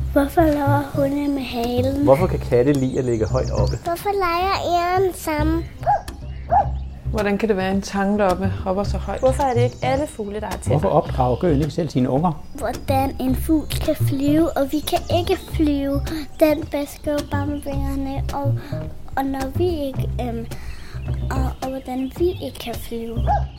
Hvorfor leger hunde med halen? Hvorfor kan katte lide at ligge højt oppe? Hvorfor leger æren sammen? Hvordan kan det være, en tange deroppe hopper så højt? Hvorfor er det ikke alle fugle, der har tænder? Hvorfor opdrager gøen ikke selv sine unger? Hvordan en fugl kan flyve, og vi kan ikke flyve. Den basker jo bare med vingerne, og når vi ikke, og hvordan vi ikke kan flyve.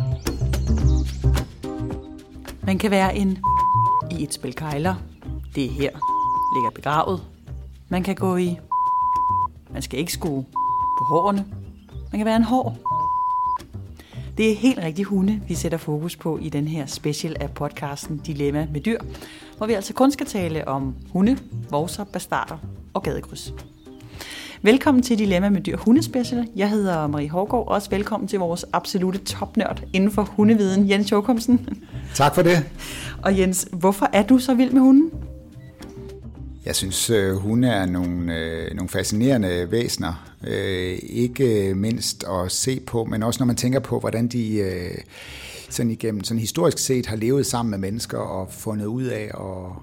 Man kan være en i et spil kejler. Det er her, ligger begravet. Man kan gå i. Man skal ikke skue på hårene. Man kan være en hår. Det er helt rigtig hunde, vi sætter fokus på i den her special af podcasten Dilemma med dyr, hvor vi altså kun skal tale om hunde, vorser, bastarder og gadekryds. Velkommen til Dilemma med dyr hundespecial. Jeg hedder Marie Hårgaard, og også velkommen til vores absolute topnørd inden for hundeviden, Jens Jokumsen. Tak for det. Og Jens, hvorfor er du så vild med hunden? Jeg synes, hunde er nogle fascinerende væsener. Ikke mindst at se på, men også når man tænker på, hvordan de sådan igennem sådan historisk set har levet sammen med mennesker og fundet ud af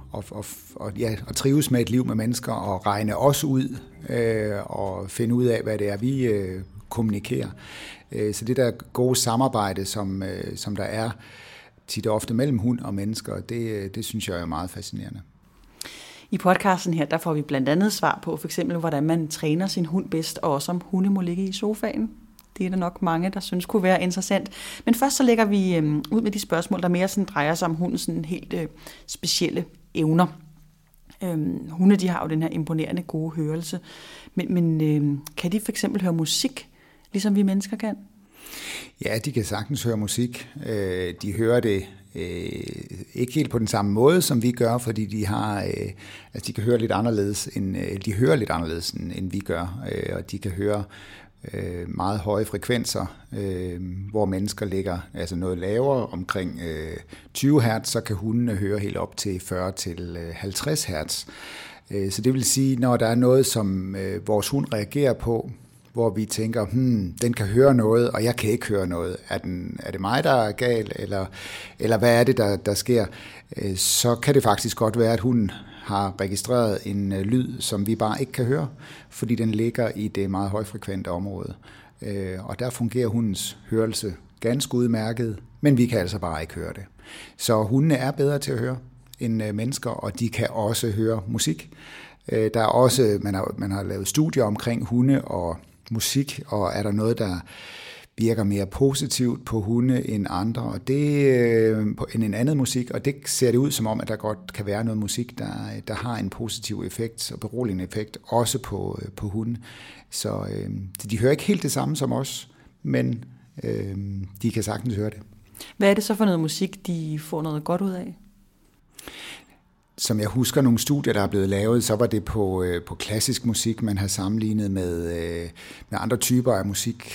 at trives med et liv med mennesker og regne os ud og finde ud af, hvad det er, vi kommunikerer. Så det der gode samarbejde, som der er tit og ofte mellem hund og mennesker, det synes jeg er meget fascinerende. I podcasten her, der får vi blandt andet svar på, for eksempel, hvordan man træner sin hund bedst, og også om hunde må ligge i sofaen. Det er der nok mange, der synes kunne være interessant. Men først så lægger vi ud med de spørgsmål, der mere sådan drejer sig om hundens sådan helt specielle evner. Hunde, de har jo den her imponerende gode hørelse. Men kan de for eksempel høre musik, ligesom vi mennesker kan? Ja, de kan sagtens høre musik. De hører det ikke helt på den samme måde, som vi gør, fordi de kan høre lidt anderledes, end vi gør, og de kan høre meget høje frekvenser, hvor mennesker ligger altså noget lavere, omkring 20 Hz, så kan hundene høre helt op til 40-50 Hz. Så det vil sige, når der er noget, som vores hund reagerer på, hvor vi tænker, den kan høre noget, og jeg kan ikke høre noget. Er det mig, der er gal, eller hvad er det, der sker? Så kan det faktisk godt være, at hunden har registreret en lyd, som vi bare ikke kan høre, fordi den ligger i det meget højfrekvente område. Og der fungerer hundens hørelse ganske udmærket, men vi kan altså bare ikke høre det. Så hundene er bedre til at høre end mennesker, og de kan også høre musik. Der er også, man har lavet studier omkring hunde og musik, og er der noget, der virker mere positivt på hunde end andre, og end en anden musik, og det ser det ud som om, at der godt kan være noget musik, der har en positiv effekt og beroligende effekt, også på hunde. Så de hører ikke helt det samme som os, men de kan sagtens høre det. Hvad er det så for noget musik, de får noget godt ud af? Som jeg husker nogle studier, der er blevet lavet, så var det på klassisk musik, man har sammenlignet med andre typer af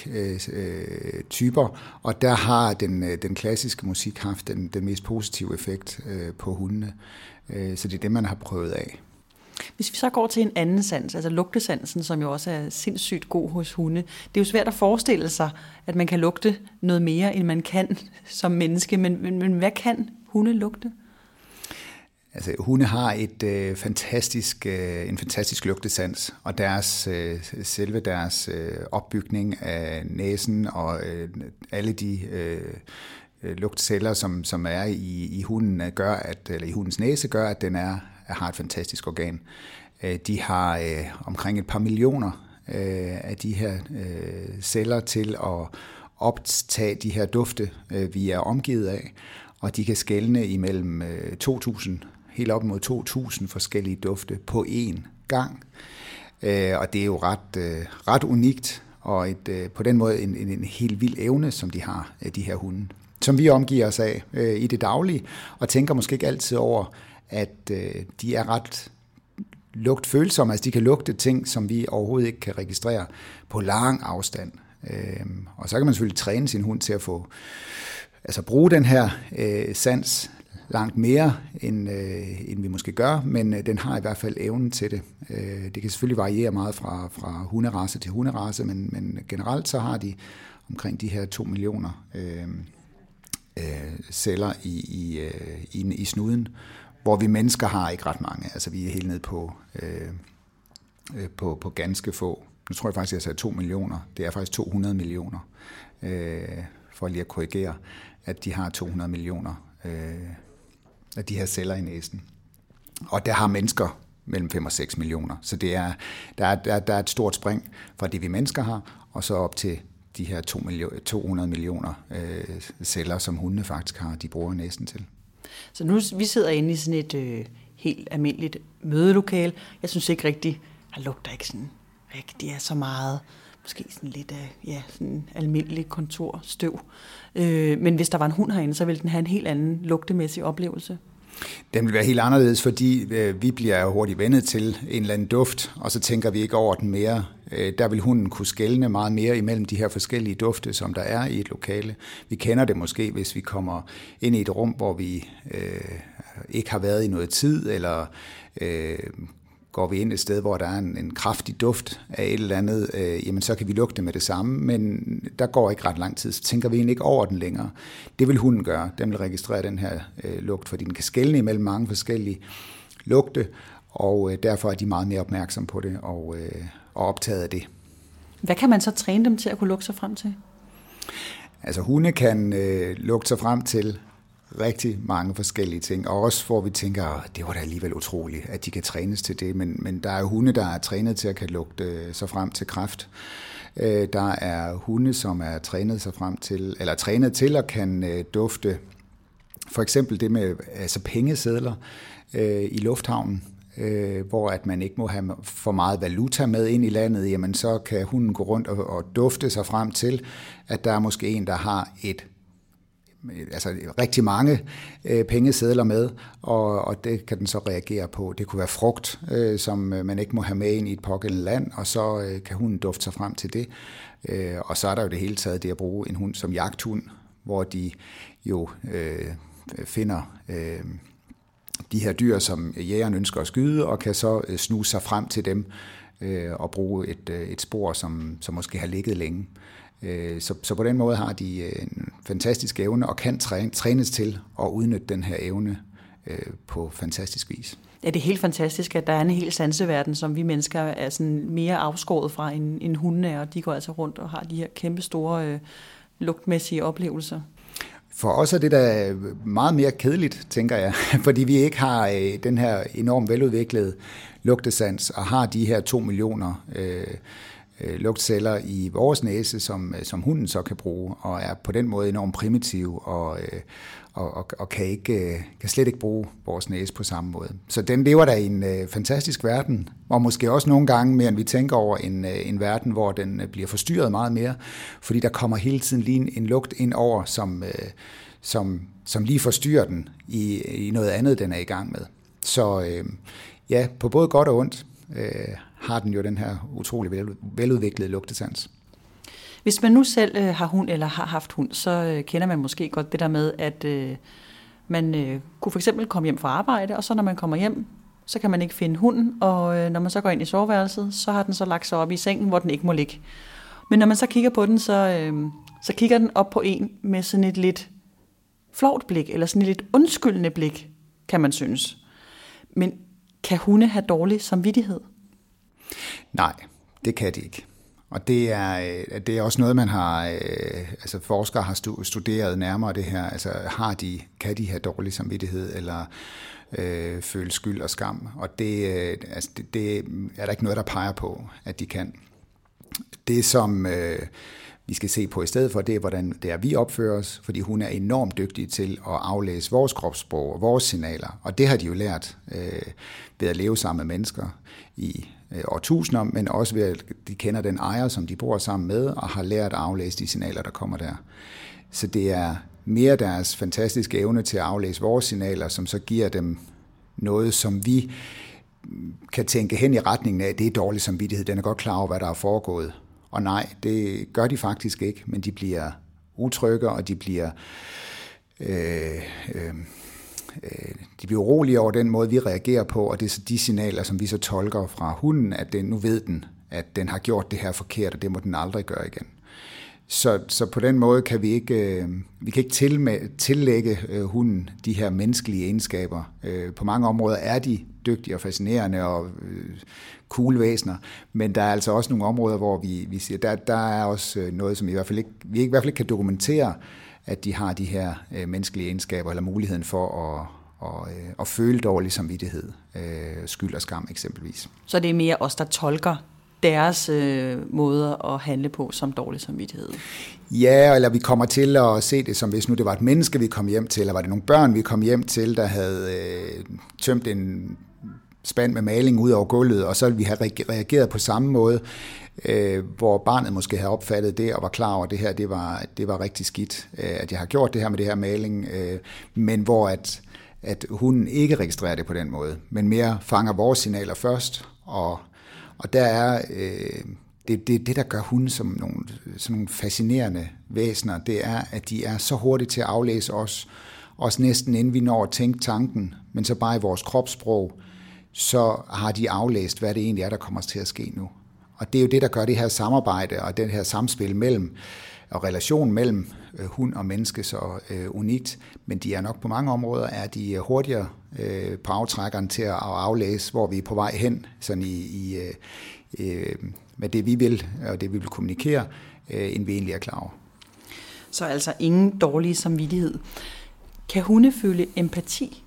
musiktyper, og der har den klassiske musik haft den mest positive effekt på hundene. Så det er det, man har prøvet af. Hvis vi så går til en anden sans, altså lugtesansen, som jo også er sindssygt god hos hunde, det er jo svært at forestille sig, at man kan lugte noget mere, end man kan som menneske, men hvad kan hunde lugte? Altså, hunde har en fantastisk lugtesans, og selve deres opbygning af næsen og alle de lugtceller, som er i hunden, i hundens næse, gør, at den har et fantastisk organ. De har omkring et par millioner af de her celler til at optage de her dufte, vi er omgivet af, og de kan skelne imellem 2.000 helt op mod 2.000 forskellige dufte på én gang. Og det er jo ret unikt, og på den måde en helt vild evne, som de har, de her hunde, som vi omgiver os af i det daglige, og tænker måske ikke altid over, at de er ret lugtfølsomme, altså de kan lugte ting, som vi overhovedet ikke kan registrere på lang afstand. Og så kan man selvfølgelig træne sin hund til at bruge den her sans langt mere, end vi måske gør, men den har i hvert fald evnen til det. Det kan selvfølgelig variere meget fra hunderace til hunderace, men generelt så har de omkring de her 2 millioner celler i snuden, hvor vi mennesker har ikke ret mange. Altså vi er helt nede på ganske få. Nu tror jeg faktisk, at jeg sagde 2 millioner. Det er faktisk 200 millioner, for lige at korrigere, at de har 200 millioner af de her celler i næsen. Og der har mennesker mellem 5 og 6 millioner. Så der er et stort spring fra det, vi mennesker har, og så op til de her 200 millioner celler, som hundene faktisk har, de bruger næsen til. Så nu vi sidder inde i sådan et helt almindeligt mødelokale. Jeg synes ikke rigtigt, der lugter ikke sådan rigtig er så meget, måske sådan lidt af sådan almindelig kontorstøv. Men hvis der var en hund herinde, så ville den have en helt anden lugtemæssig oplevelse. Den vil være helt anderledes, fordi vi bliver jo hurtigt vendet til en eller anden duft, og så tænker vi ikke over den mere. Der vil hunden kunne skelne meget mere imellem de her forskellige dufte, som der er i et lokale. Vi kender det måske, hvis vi kommer ind i et rum, hvor vi ikke har været i noget tid, eller går vi ind et sted, hvor der er en kraftig duft af et eller andet, jamen så kan vi lugte med det samme, men der går ikke ret lang tid, så tænker vi egentlig ikke over den længere. Det vil hunden gøre. Den vil registrere den her lugt, fordi den kan skelne imellem mange forskellige lugte, og derfor er de meget mere opmærksomme på det og optaget af det. Hvad kan man så træne dem til at kunne lugte sig frem til? Altså hunde kan lugte sig frem til rigtig mange forskellige ting, og også hvor vi tænker, det var da alligevel utroligt, at de kan trænes til det, men der er jo hunde, der er trænet til at kan lugte sig frem til kræft. Der er hunde, som er trænet til at kan dufte, for eksempel det med pengesedler i lufthavnen, hvor at man ikke må have for meget valuta med ind i landet, jamen så kan hunden gå rundt og dufte sig frem til, at der er måske en, der har rigtig mange pengesedler med, og det kan den så reagere på. Det kunne være frugt, som man ikke må have med ind i et pågældende land, og så kan hunden dufte sig frem til det. Og så er der jo det hele taget det at bruge en hund som jagthund, hvor de jo finder de her dyr, som jægeren ønsker at skyde, og kan så snuse sig frem til dem og bruge et spor, som måske har ligget længe. Så på den måde har de en fantastisk evne og kan trænes til at udnytte den her evne på fantastisk vis. Ja, det er helt fantastisk, at der er en hel sanseverden, som vi mennesker er sådan mere afskåret fra en hunde er, og de går altså rundt og har de her kæmpe store lugtmæssige oplevelser. For os er det da meget mere kedeligt, tænker jeg, fordi vi ikke har den her enormt veludviklede lugtesans og har de her 2 millioner lugtceller i vores næse, som hunden så kan bruge, og er på den måde enormt primitiv og kan slet ikke bruge vores næse på samme måde. Så den lever der i en fantastisk verden, og måske også nogle gange mere, end vi tænker over, en verden, hvor den bliver forstyrret meget mere, fordi der kommer hele tiden lige en lugt ind over, som lige forstyrrer den i noget andet, den er i gang med. Så ja, på både godt og ondt har den jo den her utrolig veludviklede lugtesans. Hvis man nu selv har hund eller har haft hund, så kender man måske godt det der med, at man kunne for eksempel komme hjem fra arbejde, og så når man kommer hjem, så kan man ikke finde hunden, og når man så går ind i soveværelset, så har den så lagt sig op i sengen, hvor den ikke må ligge. Men når man så kigger på den, så kigger den op på en med sådan et lidt flovt blik, eller sådan et lidt undskyldende blik, kan man synes. Men kan hunde have dårlig samvittighed? Nej, det kan de ikke. Og det er også noget, man har, forskere har studeret nærmere det her. Altså kan de have dårlig samvittighed, eller føle skyld og skam? Og det er der ikke noget, der peger på, at de kan. Det, som vi skal se på i stedet for, det er, hvordan det er, vi opfører os, fordi hun er enormt dygtig til at aflæse vores kropssprog og vores signaler. Og det har de jo lært ved at leve sammen med mennesker i årtusinder, men også ved at de kender den ejer, som de bor sammen med, og har lært at aflæse de signaler, der kommer der. Så det er mere deres fantastiske evne til at aflæse vores signaler, som så giver dem noget, som vi kan tænke hen i retningen af, det er dårlig samvittighed, den er godt klar over, hvad der er foregået. Og nej, det gør de faktisk ikke, men de bliver utrygge, og de bliver urolige over den måde, vi reagerer på, og det er så de signaler, som vi så tolker fra hunden, at nu ved den, at den har gjort det her forkert, og det må den aldrig gøre igen. Så på den måde kan vi ikke tillægge hunden de her menneskelige egenskaber. På mange områder er de dygtige og fascinerende og cool væsener, men der er altså også nogle områder, hvor vi siger, der er også noget, som vi i hvert fald ikke kan dokumentere, at de har de her menneskelige egenskaber, eller muligheden for at føle dårlig samvittighed, skyld og skam eksempelvis. Så det er mere os, der tolker deres måder at handle på som dårlig samvittighed? Ja, eller vi kommer til at se det som, hvis nu det var et menneske, vi kom hjem til, eller var det nogle børn, vi kom hjem til, der havde tømt en spand med maling ud over gulvet, og så ville vi have reageret på samme måde, hvor barnet måske havde opfattet det og var klar over, at det her det var rigtig skidt, at jeg har gjort det her med det her maling, men hvor at hunden ikke registrerer det på den måde, men mere fanger vores signaler først, og der er det, der gør hunden som nogle fascinerende væsener, det er, at de er så hurtige til at aflæse os, også næsten inden vi når at tænke tanken, men så bare i vores kropssprog, så har de aflæst, hvad det egentlig er, der kommer til at ske nu. Og det er jo det, der gør det her samarbejde og den her samspil mellem, og relation mellem hund og menneske så unikt, men de er nok på mange områder, er de hurtigere på aftrækkeren til at aflæse, hvor vi er på vej hen, sådan med det vi vil, og det vi vil kommunikere, end vi egentlig er klar over. Så altså ingen dårlig samvittighed. Kan hunde føle empati?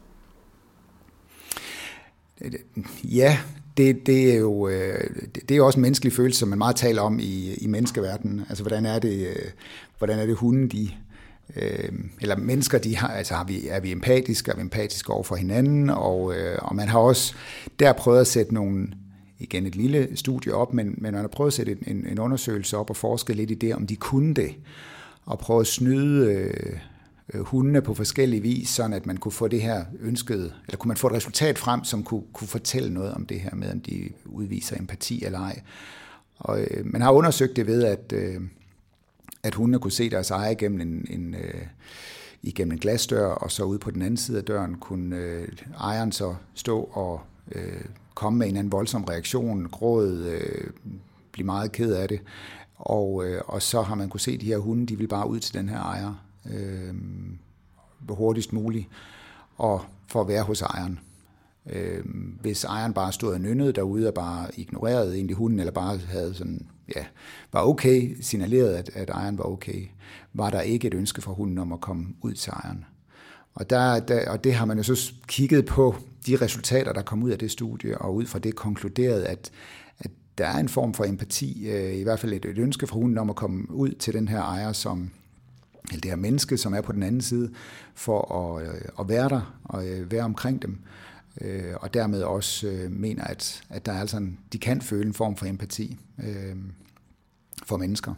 Ja, det er jo også en menneskelig følelse, som man meget taler om i menneskeverdenen. Altså hvordan er det hunde, eller mennesker, de har, altså er vi empatiske over for hinanden, og man har også der prøvet at sætte igen et lille studie op, men man har prøvet at sætte en undersøgelse op og forsket lidt i det, om de kunne det, og prøve at snyde hundene på forskellige vis, sådan at man kunne få det her ønskede, eller kunne man få et resultat frem, som kunne fortælle noget om det her med, om de udviser empati eller ej. Og man har undersøgt det ved, at hundene kunne se deres ejer igennem en glasdør, og så ude på den anden side af døren kunne ejeren så stå og komme med en anden voldsom reaktion, gråd, blive meget ked af det, og så har man kunne se, at de her hunde, de vil bare ud til den her ejer, hurtigst muligt, og for at være hos ejeren. Hvis ejeren bare stod og nynnede derude og bare ignorerede egentlig hunden, eller bare havde sådan, var okay, signaleret, at ejeren var okay, var der ikke et ønske fra hunden om at komme ud til ejeren. Og det har man jo så kigget på de resultater, der kom ud af det studie, og ud fra det konkluderet, at der er en form for empati, i hvert fald et ønske fra hunden om at komme ud til den her ejer, eller det her menneske, som er på den anden side, for at være der og være omkring dem, og dermed også mener, at der er altså de kan føle en form for empati for mennesker.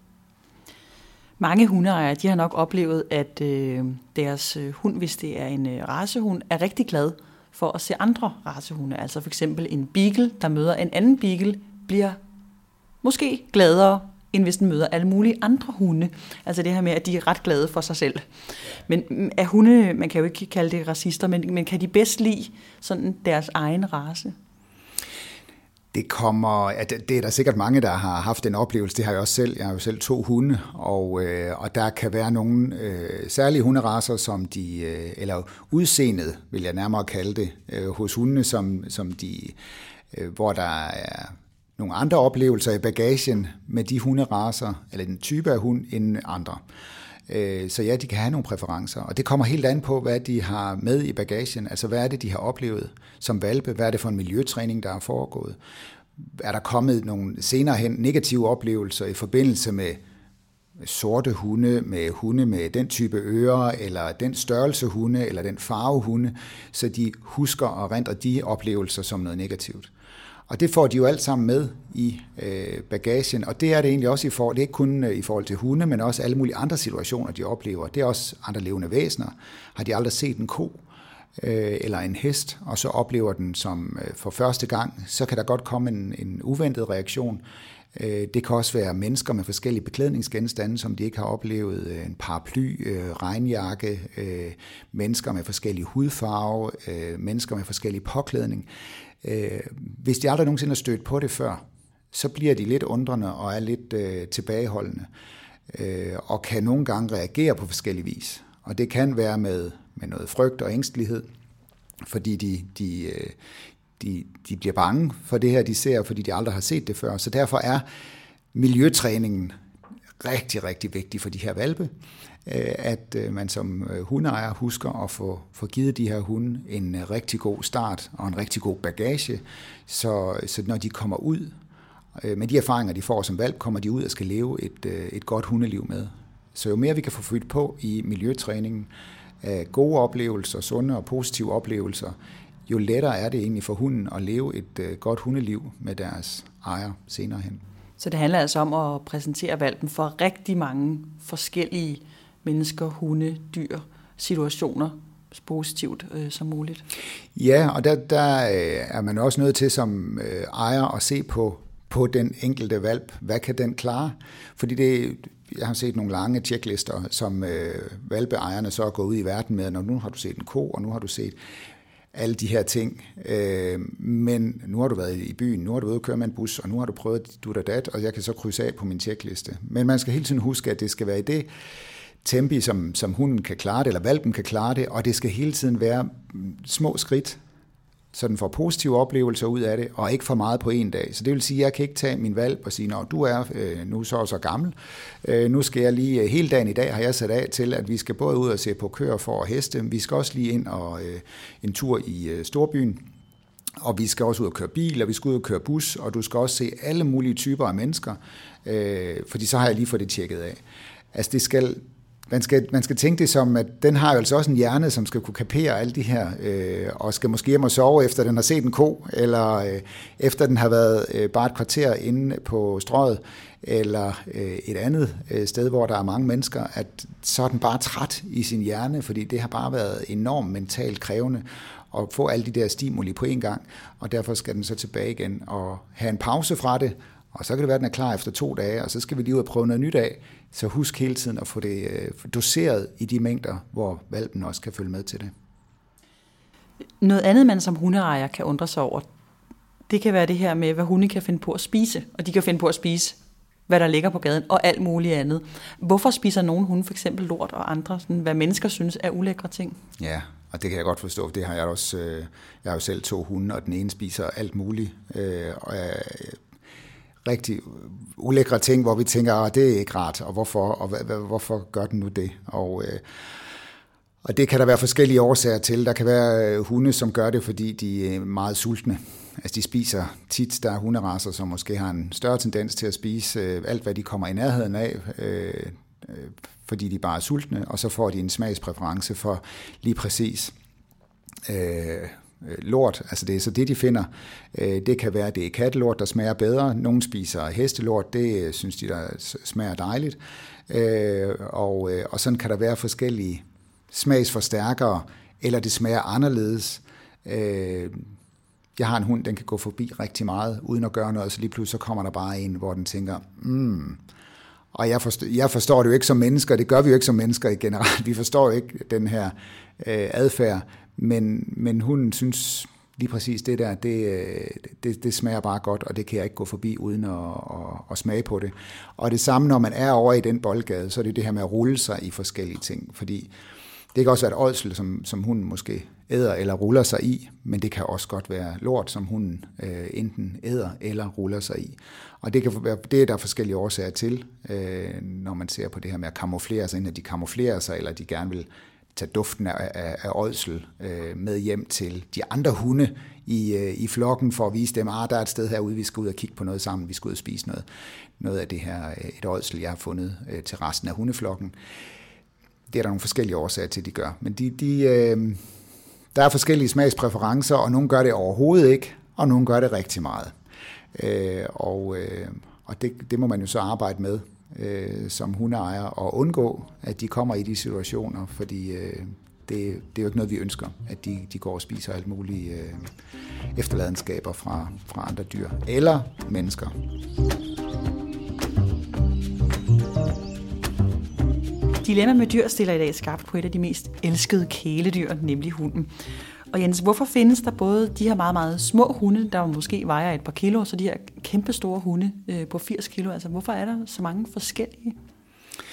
Mange hundeejere, de har nok oplevet, at deres hund, hvis det er en racehund, er rigtig glad for at se andre racehunde. Altså for eksempel en beagle, der møder en anden beagle, bliver måske gladere, end hvis den møder alle mulige andre hunde. Altså det her med, at de er ret glade for sig selv. Men er hunde, man kan jo ikke kalde det racister, men kan de bedst lide sådan deres egen race? Det er der sikkert mange, der har haft en oplevelse. Det har jeg også selv. Jeg har jo selv 2 hunde, og der kan være nogle særlige hunderacer, som eller udseendet, vil jeg nærmere kalde det, hos hundene, hvor der er nogle andre oplevelser i bagagen med de hunderacer, eller den type af hund, end andre. Så ja, de kan have nogle præferencer, og det kommer helt an på, hvad de har med i bagagen. Altså, hvad er det, de har oplevet som hvalpe? Hvad er det for en miljøtræning, der er foregået? Er der kommet nogle senere hen negative oplevelser i forbindelse med sorte hunde med den type ører, eller den størrelse hunde, eller den farve hunde, så de husker og erindrer de oplevelser som noget negativt. Og det får de jo alt sammen med i bagagen, og det er det egentlig også det er ikke kun i forhold til hunde, men også alle mulige andre situationer, de oplever. Det er også andre levende væsener. Har de aldrig set en ko eller en hest, og så oplever den som for første gang, så kan der godt komme en uventet reaktion. Det kan også være mennesker med forskellige beklædningsgenstande, som de ikke har oplevet. En paraply, regnjakke, mennesker med forskellige hudfarve, mennesker med forskellige påklædning. Hvis de aldrig nogensinde har stødt på det før, så bliver de lidt undrende og er lidt tilbageholdende. og kan nogle gange reagere på forskellige vis. Og det kan være med noget frygt og ængstelighed, fordi de bliver bange for det her, de ser, fordi de aldrig har set det før. Så derfor er miljøtræningen rigtig, rigtig vigtig for de her hvalpe, at man som hundeejer husker at få givet de her hunde en rigtig god start og en rigtig god bagage, så når de kommer ud, med de erfaringer, de får som hvalp, kommer de ud og skal leve et godt hundeliv med. Så jo mere vi kan få fyldt på i miljøtræningen, gode oplevelser, sunde og positive oplevelser, jo lettere er det egentlig for hunden at leve et godt hundeliv med deres ejer senere hen. Så det handler altså om at præsentere hvalpen for rigtig mange forskellige mennesker, hunde, dyr, situationer, så positivt som muligt. Ja, og der er man også nødt til som ejer at se på den enkelte hvalp. Hvad kan den klare? Fordi jeg har set nogle lange checklister, som hvalpeejerne så er gået ud i verden med, når nu har du set en ko, og nu har du set alle de her ting, men nu har du været i byen, nu har du været ude at køre med en bus, og nu har du prøvet dut og dat, og jeg kan så krydse af på min checkliste. Men man skal hele tiden huske, at det skal være i det tempi, som hunden kan klare det, eller hvalpen kan klare det, og det skal hele tiden være små skridt, så den får positive oplevelser ud af det, og ikke for meget på en dag. Så det vil sige, at jeg kan ikke tage min hvalp og sige, når du er nu så gammel, nu skal jeg lige hele dagen i dag, har jeg sat af til, at vi skal både ud og se på køer for og heste, vi skal også lige ind og en tur i storbyen, og vi skal også ud og køre bil, og vi skal ud og køre bus, og du skal også se alle mulige typer af mennesker, fordi så har jeg lige fået det tjekket af. Altså man skal tænke det som, at den har jo altså også en hjerne, som skal kunne kapere alle de her, og skal måske hjem og sove, efter den har set en ko, eller efter den har været bare et kvarter inde på strøget, eller et andet sted, hvor der er mange mennesker, at så er den bare træt i sin hjerne, fordi det har bare været enormt mentalt krævende at få alle de der stimuli på en gang, og derfor skal den så tilbage igen og have en pause fra det, og så kan det være, at den er klar efter 2 dage, og så skal vi lige ud og prøve noget nyt af. Så husk hele tiden at få det doseret i de mængder, hvor hvalpen også kan følge med til det. Noget andet, man som hundeejer kan undre sig over, det kan være det her med, hvad hunde kan finde på at spise. Og de kan finde på at spise, hvad der ligger på gaden, og alt muligt andet. Hvorfor spiser nogle hunde for eksempel lort, og andre, sådan, hvad mennesker synes er ulækre ting? Ja, og det kan jeg godt forstå. Det har jeg også. Jeg har jo selv 2 hunde, og den ene spiser alt muligt. Og rigtig ulækre ting, hvor vi tænker, det er ikke rart, og hvorfor gør den nu det? Og det kan der være forskellige årsager til. Der kan være hunde, som gør det, fordi de er meget sultne. Altså de spiser tit, der er hunderacer, som måske har en større tendens til at spise alt, hvad de kommer i nærheden af, fordi de bare er sultne, og så får de en smagspræference for lige præcis lort, altså det er så det, de finder. Det kan være, det er kattelort, der smager bedre. Nogle spiser hestelort, det synes de, der smager dejligt. Og sådan kan der være forskellige smagsforstærkere, eller det smager anderledes. Jeg har en hund, den kan gå forbi rigtig meget, uden at gøre noget, så lige pludselig så kommer der bare en, hvor den tænker, Og jeg forstår det jo ikke som mennesker, det gør vi jo ikke som mennesker i generelt. Vi forstår jo ikke den her adfærd, men hunden synes lige præcis det der, det smager bare godt, og det kan jeg ikke gå forbi uden at smage på det. Og det samme, når man er over i den boldgade, så er det det her med at rulle sig i forskellige ting, fordi det kan også være et ådsel, som hunden måske æder eller ruller sig i, men det kan også godt være lort, som hunden enten æder eller ruller sig i. Og det er der forskellige årsager til, når man ser på det her med at kamuflere sig, enten at de kamuflerer sig, eller de gerne vil tage duften af ådsel med hjem til de andre hunde i flokken, for at vise dem, der er et sted herude, vi skal ud og kigge på noget sammen, vi skal ud og spise noget af det her, et ådsel, jeg har fundet til resten af hundeflokken. Det er der nogle forskellige årsager til, de gør. Men der er forskellige smagspræferencer, og nogle gør det overhovedet ikke, og nogle gør det rigtig meget. Og det må man jo så arbejde med som hundeejer, og undgå, at de kommer i de situationer, fordi det er jo ikke noget, vi ønsker, at de går og spiser alt muligt efterladenskaber fra andre dyr, eller mennesker. Dilemma med dyr stiller i dag skarpt på et af de mest elskede kæledyr, nemlig hunden. Og Jens, hvorfor findes der både de her meget, meget små hunde, der måske vejer et par kilo, så de her kæmpe store hunde på 80 kilo? Altså, hvorfor er der så mange forskellige?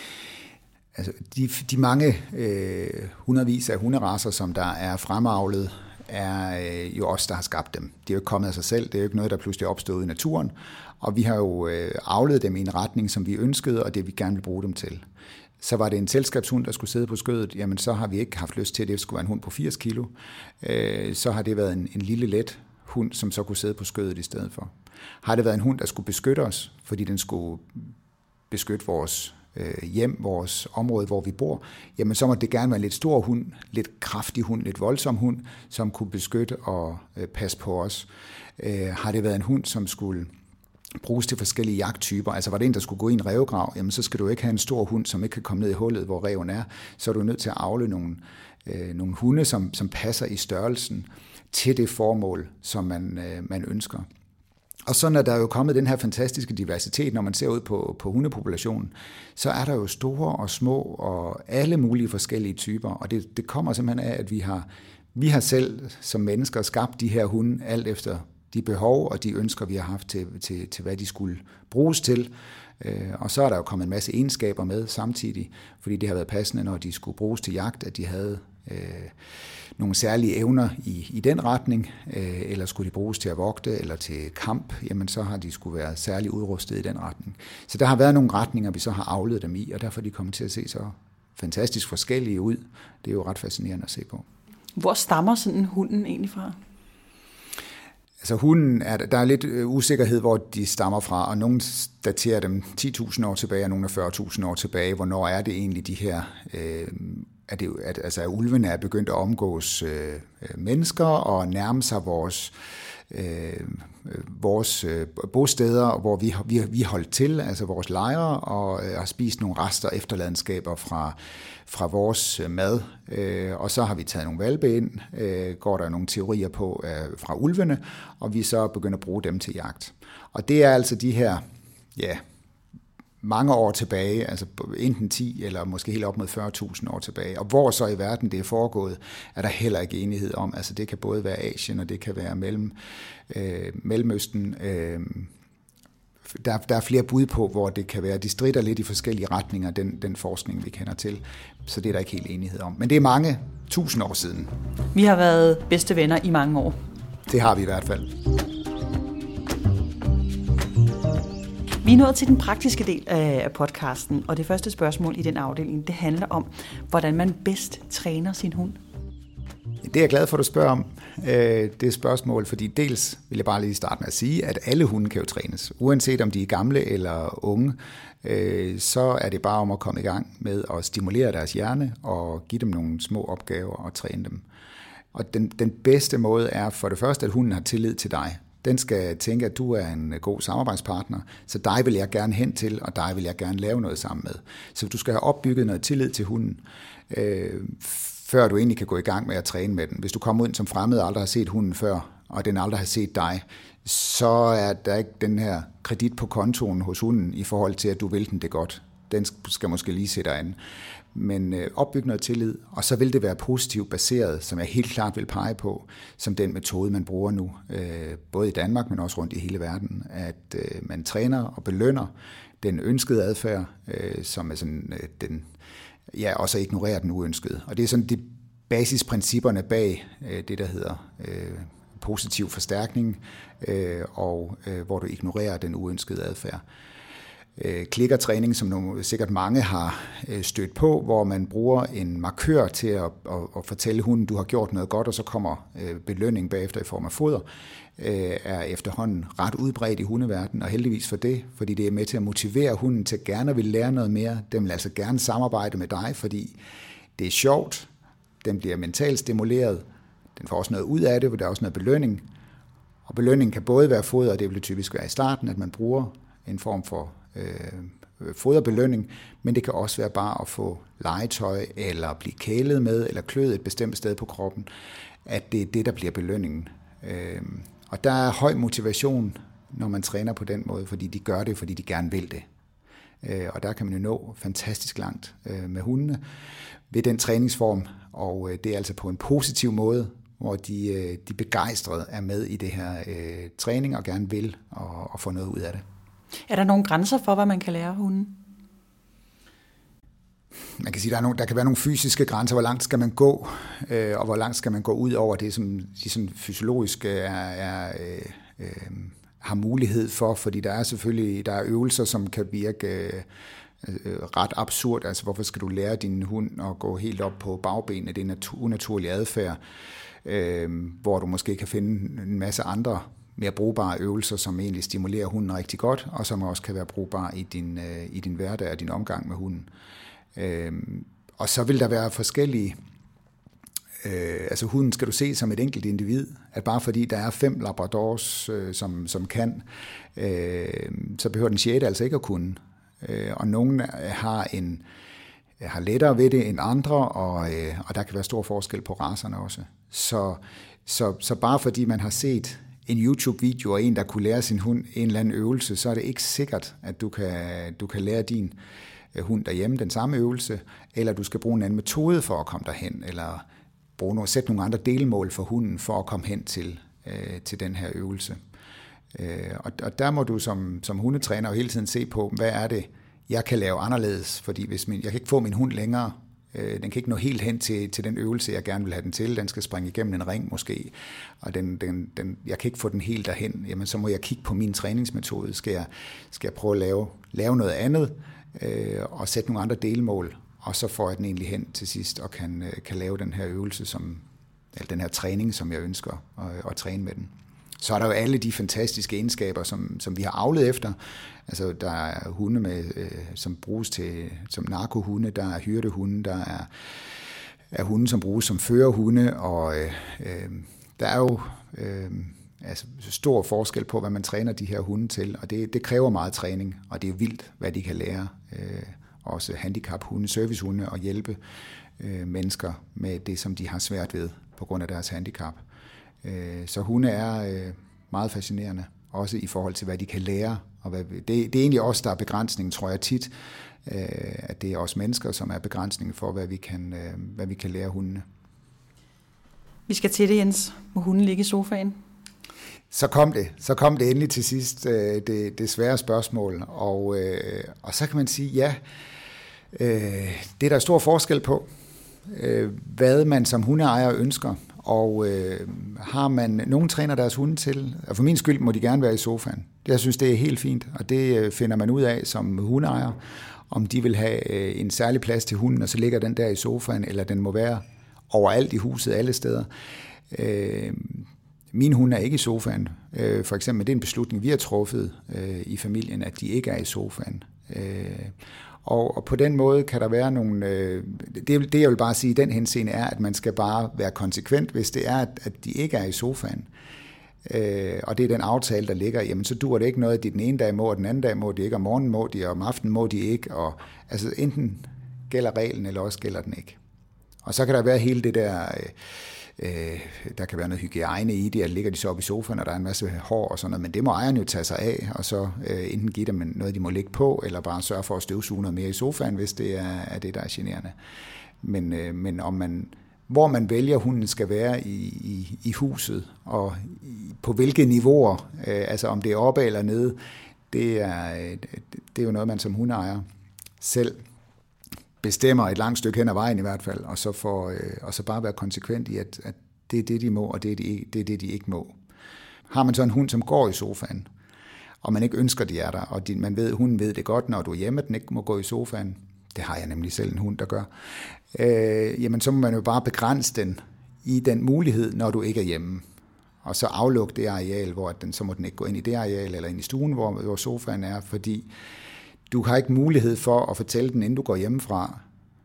Altså de mange hundredvis af hunderacer, som der er fremavlet, er jo os, der har skabt dem. De er jo ikke kommet af sig selv. Det er jo ikke noget, der pludselig er opstået i naturen. Og vi har jo avlet dem i en retning, som vi ønskede, og det vi gerne vil bruge dem til. Så var det en selskabshund, der skulle sidde på skødet, jamen så har vi ikke haft lyst til, at det skulle være en hund på 80 kilo. Så har det været en lille let hund, som så kunne sidde på skødet i stedet for. Har det været en hund, der skulle beskytte os, fordi den skulle beskytte vores hjem, vores område, hvor vi bor, jamen så må det gerne være en lidt stor hund, lidt kraftig hund, lidt voldsom hund, som kunne beskytte og passe på os. Har det været en hund, som skulle bruges til forskellige jagttyper, altså var det en, der skulle gå i en rævegrav, jamen så skal du ikke have en stor hund, som ikke kan komme ned i hullet, hvor ræven er, så er du nødt til at avle nogle hunde, som passer i størrelsen til det formål, som man ønsker. Og så når der er jo kommet den her fantastiske diversitet, når man ser ud på hundepopulationen, så er der jo store og små og alle mulige forskellige typer, og det kommer simpelthen af, at vi har selv som mennesker skabt de her hunde alt efter de behov og de ønsker, vi har haft til hvad de skulle bruges til. Og så er der jo kommet en masse egenskaber med samtidig, fordi det har været passende, når de skulle bruges til jagt, at de havde nogle særlige evner i den retning, eller skulle de bruges til at vogte eller til kamp, jamen så har de skulle være særligt udrustet i den retning. Så der har været nogle retninger, vi så har avlet dem i, og derfor er de kommet til at se så fantastisk forskellige ud. Det er jo ret fascinerende at se på. Hvor stammer sådan hunden egentlig fra? Altså hunden, der er lidt usikkerhed, hvor de stammer fra, og nogle daterer dem 10.000 år tilbage, og nogle er 40.000 år tilbage. Hvornår er det egentlig de her, at ulvene er begyndt at omgås mennesker og nærme sig vores bosteder, hvor vi holdt til, altså vores lejre, og har spist nogle rester efterladenskaber fra vores mad, og så har vi taget nogle hvalpe ind, går der nogle teorier på fra ulvene, og vi så begynder at bruge dem til jagt. Og det er altså de her, mange år tilbage, altså enten 10 eller måske helt op mod 40.000 år tilbage. Og hvor så i verden det er foregået, er der heller ikke enighed om. Altså det kan både være Asien, og det kan være Mellemøsten. Der er flere bud på, hvor det kan være. De stritter lidt i forskellige retninger, den forskning, vi kender til. Så det er der ikke helt enighed om. Men det er mange tusind år siden. Vi har været bedste venner i mange år. Det har vi i hvert fald. Vi er nået til den praktiske del af podcasten, og det første spørgsmål i den afdeling, det handler om, hvordan man bedst træner sin hund. Det er jeg glad for, at du spørger om, det spørgsmål, fordi dels vil jeg bare lige starte med at sige, at alle hunde kan jo trænes. Uanset om de er gamle eller unge, så er det bare om at komme i gang med at stimulere deres hjerne og give dem nogle små opgaver og træne dem. Og den bedste måde er for det første, at hunden har tillid til dig. Den skal tænke, at du er en god samarbejdspartner, så dig vil jeg gerne hen til, og dig vil jeg gerne lave noget sammen med. Så du skal have opbygget noget tillid til hunden, før du egentlig kan gå i gang med at træne med den. Hvis du kommer ud som fremmed og aldrig har set hunden før, og den aldrig har set dig, så er der ikke den her kredit på kontoen hos hunden i forhold til, at du vil den det godt. Den skal måske lige se dig an. Men opbygge noget tillid, og så vil det være positivt baseret, som jeg helt klart vil pege på, som den metode, man bruger nu, både i Danmark, men også rundt i hele verden, at man træner og belønner den ønskede adfærd, som er sådan og så ignorerer den uønskede. Og det er sådan de basisprincipperne bag det, der hedder positiv forstærkning, og hvor du ignorerer den uønskede adfærd. Klikkertræning, som sikkert mange har stødt på, hvor man bruger en markør til at fortælle hunden, du har gjort noget godt, og så kommer belønning bagefter i form af foder, er efterhånden ret udbredt i hundeverdenen, og heldigvis for det, fordi det er med til at motivere hunden til at gerne vil lære noget mere. Den vil altså gerne samarbejde med dig, fordi det er sjovt, den bliver mentalt stimuleret, den får også noget ud af det, for der er også noget belønning, og belønning kan både være foder, og det vil typisk være i starten, at man bruger en form for foderbelønning, men det kan også være bare at få legetøj, eller blive kælet med, eller kløet et bestemt sted på kroppen, at det er det, der bliver belønningen. Og der er høj motivation, når man træner på den måde, fordi de gør det, fordi de gerne vil det. Og der kan man jo nå fantastisk langt med hundene ved den træningsform, og det er altså på en positiv måde, hvor de begejstrede er med i det her træning og gerne vil og få noget ud af det. Er der nogle grænser for, hvad man kan lære hunden? man kan sige, der kan være nogle fysiske grænser, hvor langt skal man gå, og hvor langt skal man gå ud over det, som de sådan fysiologisk har mulighed for, fordi der er øvelser, som kan virke ret absurd. Altså, hvorfor skal du lære din hund at gå helt op på bagbenene? Det er en unaturlig adfærd, hvor du måske kan finde en masse andre mere brugbare øvelser, som egentlig stimulerer hunden rigtig godt, og som også kan være brugbare i din hverdag og din omgang med hunden. Og så vil der være forskellige, altså hunden skal du se som et enkelt individ, at bare fordi der er 5 labradors, som kan, så behøver den 6. altså ikke at kunne. Og nogen har lettere ved det end andre, og der kan være stor forskel på racerne også. Så bare fordi man har set en YouTube-video af en, der kunne lære sin hund en eller anden øvelse, så er det ikke sikkert, at du kan lære din hund derhjemme den samme øvelse, eller du skal bruge en anden metode for at komme derhen, eller sætte nogle andre delmål for hunden for at komme hen til den her øvelse. Og der må du som hundetræner jo hele tiden se på, hvad er det, jeg kan lave anderledes, fordi jeg kan ikke få min hund længere, den kan ikke nå helt hen til den øvelse, jeg gerne vil have den til, den skal springe igennem en ring måske, og jeg kan ikke få den helt derhen, jamen så må jeg kigge på min træningsmetode, skal jeg prøve at lave noget andet, og sætte nogle andre delmål, og så får jeg den egentlig hen til sidst, og kan lave den her øvelse, eller den her træning, som jeg ønsker at træne med den. Så er der jo alle de fantastiske egenskaber, som vi har avlet efter. Altså, der er hunde, som bruges som narkohunde, der er hyrdehunde, der er hunde, som bruges som førerhunde, og der er jo stor forskel på, hvad man træner de her hunde til, og det kræver meget træning, og det er vildt, hvad de kan lære. Også handicaphunde, servicehunde, og hjælpe mennesker med det, som de har svært ved på grund af deres handicap. Så hunde er meget fascinerende, også i forhold til, hvad de kan lære. Og det er egentlig også, der er begrænsningen, tror jeg tit, at det er os mennesker, som er begrænsningen for, hvad vi kan lære hundene. Vi skal til det, Jens. Må hunden ligge i sofaen? Så kom det endelig til sidst, det svære spørgsmål. Og så kan man sige, ja, det er der stor forskel på, hvad man som hundeejer ønsker. Og har man nogen træner deres hunde til, og for min skyld må de gerne være i sofaen. Jeg synes, det er helt fint, og det finder man ud af som hundeejer, om de vil have en særlig plads til hunden, og så ligger den der i sofaen, eller den må være overalt i huset, alle steder. Min hund er ikke i sofaen. For eksempel, det er en beslutning, vi har truffet i familien, at de ikke er i sofaen. Og på den måde kan der være nogle... Det jeg vil bare sige i den henseende er, at man skal bare være konsekvent, hvis det er, at de ikke er i sofaen. Og det er den aftale, der ligger. Jamen, så duer det ikke noget, at de den ene dag må, og den anden dag må de ikke, og morgenen må de, og om aftenen må de ikke. Og, altså enten gælder reglen, eller også gælder den ikke. Og så kan der være hele det der... der kan være noget hygiejne i det, at ligger de så op i sofaen, og der er en masse hår og sådan noget, men det må ejeren jo tage sig af, og så enten give dem noget, de må ligge på, eller bare sørge for at støvsuge noget mere i sofaen, hvis det er det, der er generende. Men hvor man vælger, hunden skal være i huset, og på hvilke niveauer, altså om det er oppe eller nede, det er jo noget, man som hundeejer selv bestemmer et langt stykke hen ad vejen i hvert fald, og så bare være konsekvent i, at det er det, de må, og det er det, de ikke må. Har man så en hund, som går i sofaen, og man ikke ønsker, de er der, og hunden ved det godt, når du er hjemme, at den ikke må gå i sofaen, det har jeg nemlig selv en hund, der gør, jamen så må man jo bare begrænse den i den mulighed, når du ikke er hjemme. Og så aflukke det areal, så må den ikke gå ind i det areal, eller ind i stuen, hvor sofaen er, fordi du har ikke mulighed for at fortælle den, inden du går hjemmefra.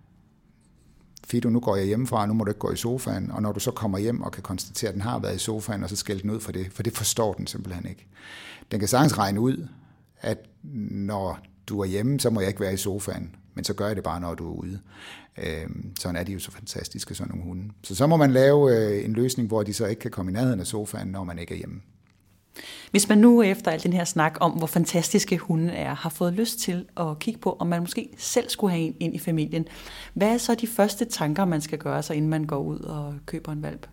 Fido, nu går jeg hjemmefra, nu må du ikke gå i sofaen. Og når du så kommer hjem og kan konstatere, at den har været i sofaen, og så skælder den ud for det forstår den simpelthen ikke. Den kan sagtens regne ud, at når du er hjemme, så må jeg ikke være i sofaen. Men så gør jeg det bare, når du er ude. Sådan er de jo så fantastiske, sådan nogle hunde. Så må man lave en løsning, hvor de så ikke kan komme i nærheden af sofaen, når man ikke er hjemme. Hvis man nu efter al den her snak om, hvor fantastiske hunde er, har fået lyst til at kigge på, om man måske selv skulle have en ind i familien, hvad er så de første tanker, man skal gøre sig, inden man går ud og køber en hvalp?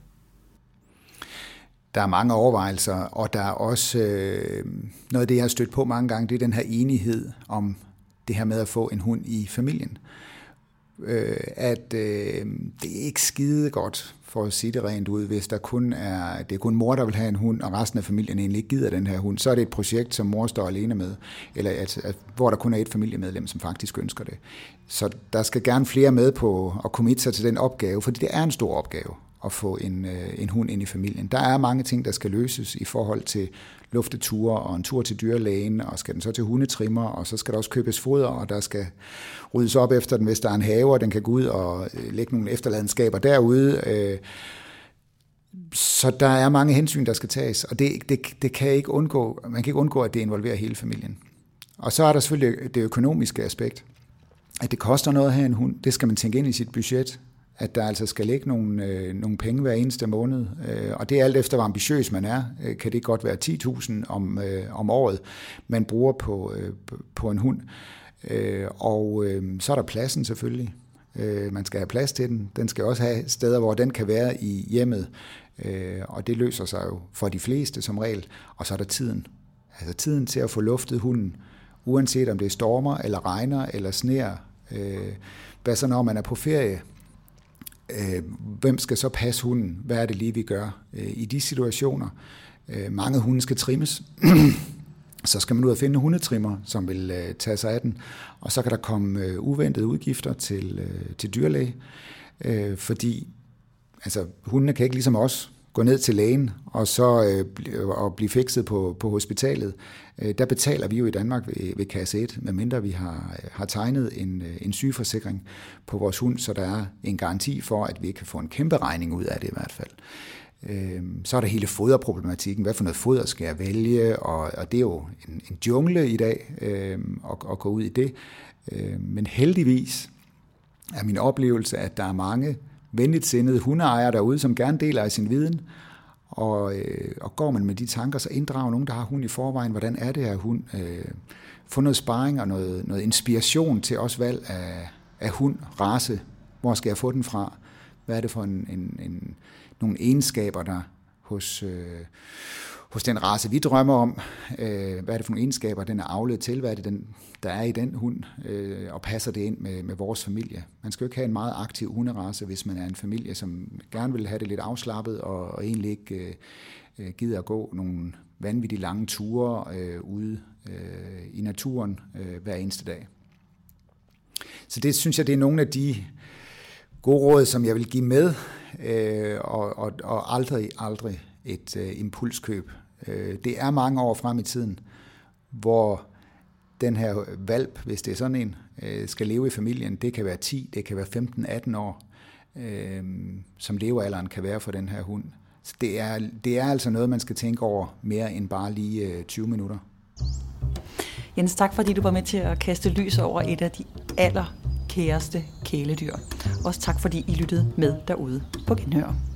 Der er mange overvejelser, og der er også noget af det, jeg har stødt på mange gange, det er den her enighed om det her med at få en hund i familien. at det er ikke skide godt, for at sige det rent ud, hvis det er kun mor, der vil have en hund, og resten af familien egentlig ikke gider den her hund, så er det et projekt, som mor står alene med, eller hvor der kun er et familiemedlem, som faktisk ønsker det. Så der skal gerne flere med på at committe sig til den opgave, fordi det er en stor opgave at få en hund ind i familien. Der er mange ting, der skal løses i forhold til lufteture og en tur til dyrlægen, og skal den så til hundetrimmer, og så skal der også købes foder, og der skal ryddes op efter den, hvis der er en have, og den kan gå ud og lægge nogle efterladenskaber derude. Så der er mange hensyn, der skal tages, og det kan ikke undgå, man kan ikke undgå, at det involverer hele familien. Og så er der selvfølgelig det økonomiske aspekt, at det koster noget at have en hund. Det skal man tænke ind i sit budget, at der altså skal ligge nogle penge hver eneste måned. Og det er alt efter, hvor ambitiøs man er. Kan det godt være 10.000 om året, man bruger på en hund. Og så er der pladsen selvfølgelig. Man skal have plads til den. Den skal også have steder, hvor den kan være i hjemmet. Og det løser sig jo for de fleste som regel. Og så er der tiden. Altså tiden til at få luftet hunden, uanset om det stormer, eller regner, eller sner. Hvad så når man er på ferie? Hvem skal så passe hunden? Hvad er det lige, vi gør i de situationer? Mange hunde skal trimmes. Så skal man ud og finde hundetrimmer, som vil tage sig af den. Og så kan der komme uventede udgifter til dyrlæge. Fordi altså, hundene kan ikke ligesom os gå ned til lægen og så og blive fikset på hospitalet. Der betaler vi jo i Danmark ved kasse 1, medmindre vi har tegnet en sygeforsikring på vores hund, så der er en garanti for, at vi ikke kan få en kæmpe regning ud af det i hvert fald. Så er der hele foderproblematikken. Hvad for noget foder skal jeg vælge? Og det er jo en jungle i dag at gå ud i det. Men heldigvis er min oplevelse, at der er mange venligt sindede hundeejere derude, som gerne deler af sin viden. Og går man med de tanker, så inddrager nogen, der har hund i forvejen. Hvordan er det her hund? Få noget sparring og noget inspiration til også valg af hund, race. Hvor skal jeg få den fra? Hvad er det for nogle egenskaber, der hos den race, vi drømmer om? Hvad er det for nogle egenskaber, den er avlet til? Hvad er det, der er i den hund? Og passer det ind med vores familie? Man skal jo ikke have en meget aktiv hunderace, hvis man er en familie, som gerne vil have det lidt afslappet, og egentlig ikke gider at gå nogle vanvittigt lange ture ude i naturen hver eneste dag. Så det synes jeg, det er nogle af de gode råd, som jeg vil give med, og aldrig et impulskøb. Det er mange år frem i tiden, hvor den her valp, hvis det er sådan en, skal leve i familien. Det kan være 10, det kan være 15-18 år, som levealderen kan være for den her hund. Så det er altså noget, man skal tænke over mere end bare lige 20 minutter. Jens, tak fordi du var med til at kaste lys over et af de allerkæreste kæledyr. Også tak fordi I lyttede med derude på Genhør.